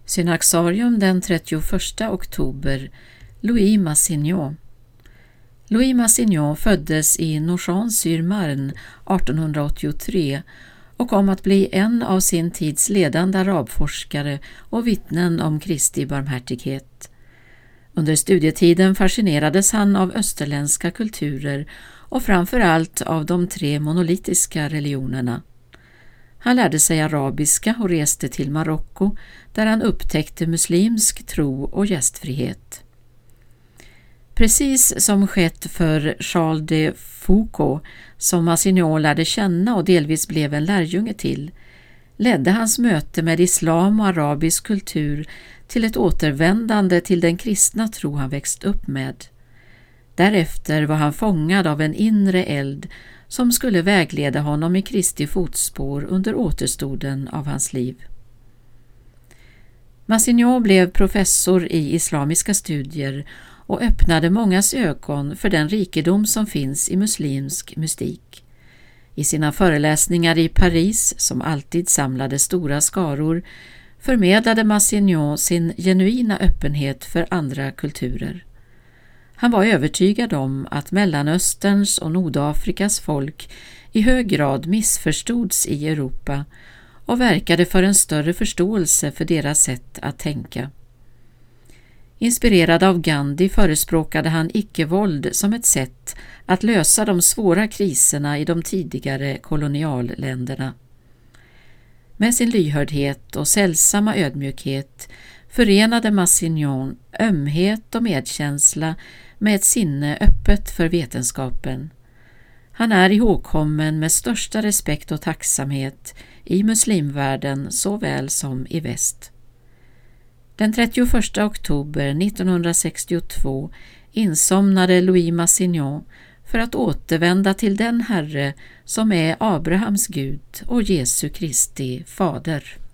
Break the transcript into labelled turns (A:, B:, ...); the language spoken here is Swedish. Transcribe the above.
A: Synaxarium den 31 oktober. Louis Massignon. Louis Massignon föddes i Nogent-sur-Marne 1883 och kom att bli en av sin tids ledande arabforskare och vittnen om Kristi barmhärtighet. Under studietiden fascinerades han av österländska kulturer och framför allt av de 3 monolitiska religionerna. Han lärde sig arabiska och reste till Marocko där han upptäckte muslimsk tro och gästfrihet. Precis som skett för Charles de Foucault, som Massignon lärde känna och delvis blev en lärjunge till, ledde hans möte med islam och arabisk kultur till ett återvändande till den kristna tro han växt upp med. Därefter var han fångad av en inre eld som skulle vägleda honom i Kristi fotspår under återstoden av hans liv. Massignon blev professor i islamiska studier och öppnade mångas ögon för den rikedom som finns i muslimsk mystik. I sina föreläsningar i Paris, som alltid samlade stora skaror, förmedlade Massignon sin genuina öppenhet för andra kulturer. Han var övertygad om att Mellanösterns och Nordafrikas folk i hög grad missförstods i Europa och verkade för en större förståelse för deras sätt att tänka. Inspirerad av Gandhi förespråkade han icke-våld som ett sätt att lösa de svåra kriserna i de tidigare kolonialländerna. Med sin lyhördhet och sällsamma ödmjukhet förenade Massignon ömhet och medkänsla med ett sinne öppet för vetenskapen. Han är ihågkommen med största respekt och tacksamhet i muslimvärlden såväl som i väst. Den 31 oktober 1962 insomnade Louis Massignon för att återvända till den Herre som är Abrahams Gud och Jesu Kristi fader.